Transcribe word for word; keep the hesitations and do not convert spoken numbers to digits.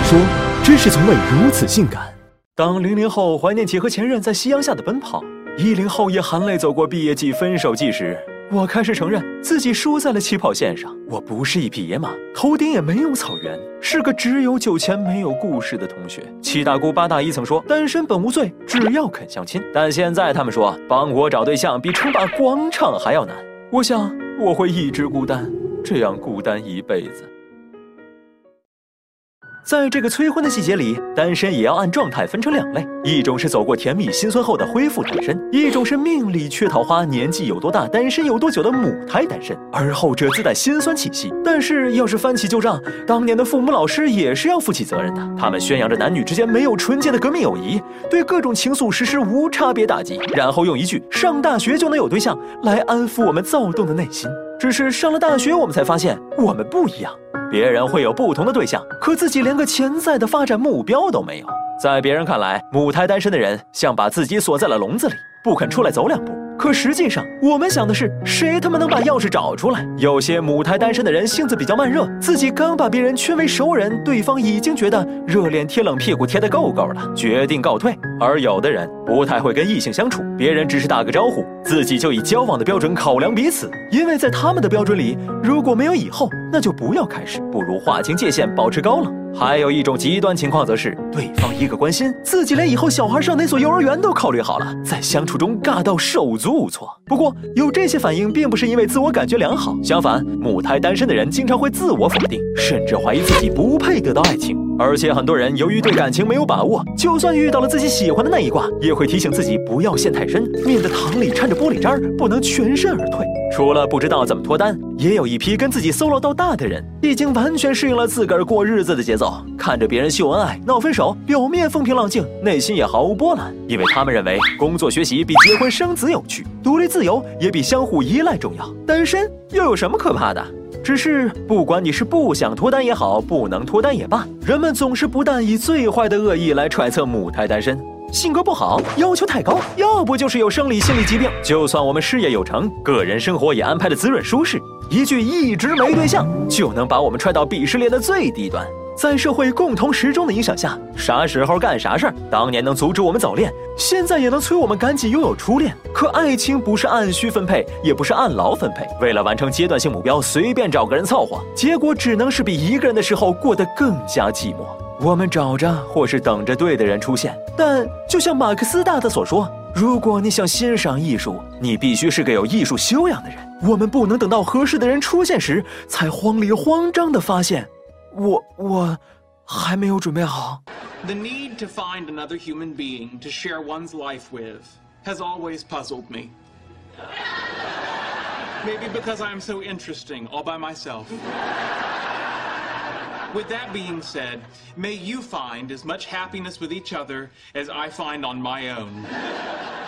说，知识从未如此性感。当零零后怀念起和前任在夕阳下的奔跑，一零后也含泪走过毕业季、分手季时，我开始承认自己输在了起跑线上。我不是一匹野马，头顶也没有草原，是个只有酒钱没有故事的同学。七大姑八大姨曾说单身本无罪，只要肯相亲，但现在他们说帮我找对象比称霸广场还要难。我想我会一直孤单，这样孤单一辈子。在这个催婚的季节里，单身也要按状态分成两类，一种是走过甜蜜心酸后的恢复单身，一种是命里缺桃花，年纪有多大单身有多久的母胎单身，而后者自带心酸气息。但是要是翻起旧账，当年的父母老师也是要负起责任的，他们宣扬着男女之间没有纯洁的革命友谊，对各种情愫实施无差别打击，然后用一句上大学就能有对象来安抚我们躁动的内心。只是上了大学，我们才发现我们不一样。别人会有不同的对象，可自己连个潜在的发展目标都没有。在别人看来，母胎单身的人像把自己锁在了笼子里，不肯出来走两步。可实际上，我们想的是，谁他妈能把钥匙找出来？有些母胎单身的人性子比较慢热，自己刚把别人圈为熟人，对方已经觉得热脸贴冷屁股贴得够够了，决定告退。而有的人不太会跟异性相处，别人只是打个招呼，自己就以交往的标准考量彼此，因为在他们的标准里，如果没有以后，那就不要开始，不如划清界限，保持高冷。还有一种极端情况则是，对方一个关心，自己连以后小孩上哪所幼儿园都考虑好了，在相处中尬到手足无措。不过有这些反应并不是因为自我感觉良好，相反，母胎单身的人经常会自我否定，甚至怀疑自己不配得到爱情。而且很多人由于对感情没有把握，就算遇到了自己喜欢的那一卦，也会提醒自己不要陷太深，免得糖里掺着玻璃渣，不能全身而退。除了不知道怎么脱单，也有一批跟自己 solo 到大的人，已经完全适应了自个儿过日子的节奏，看着别人秀恩爱、闹分手，表面风平浪静，内心也毫无波澜，因为他们认为工作学习比结婚生子有趣，独立自由也比相互依赖重要。单身又有什么可怕的？只是不管你是不想脱单也好，不能脱单也罢，人们总是不但以最坏的恶意来揣测母胎单身。性格不好，要求太高，要不就是有生理心理疾病。就算我们事业有成，个人生活也安排的滋润舒适，一句一直没对象就能把我们踹到鄙视链的最低端。在社会共同时钟的影响下，啥时候干啥事儿，当年能阻止我们早恋，现在也能催我们赶紧拥有初恋。可爱情不是按需分配，也不是按劳分配，为了完成阶段性目标，随便找个人凑合，结果只能是比一个人的时候过得更加寂寞。我们找着或是等着对的人出现，但就像马克思大大所说，如果你想欣赏艺术，你必须是个有艺术修养的人。我们不能等到合适的人出现时，才慌里慌张地发现，我我还没有准备好。 The need to find another human being to share one's life with has always puzzled me. Maybe because I'm so interesting all by myself. With that being said, may you find as much happiness with each other as I find on my own.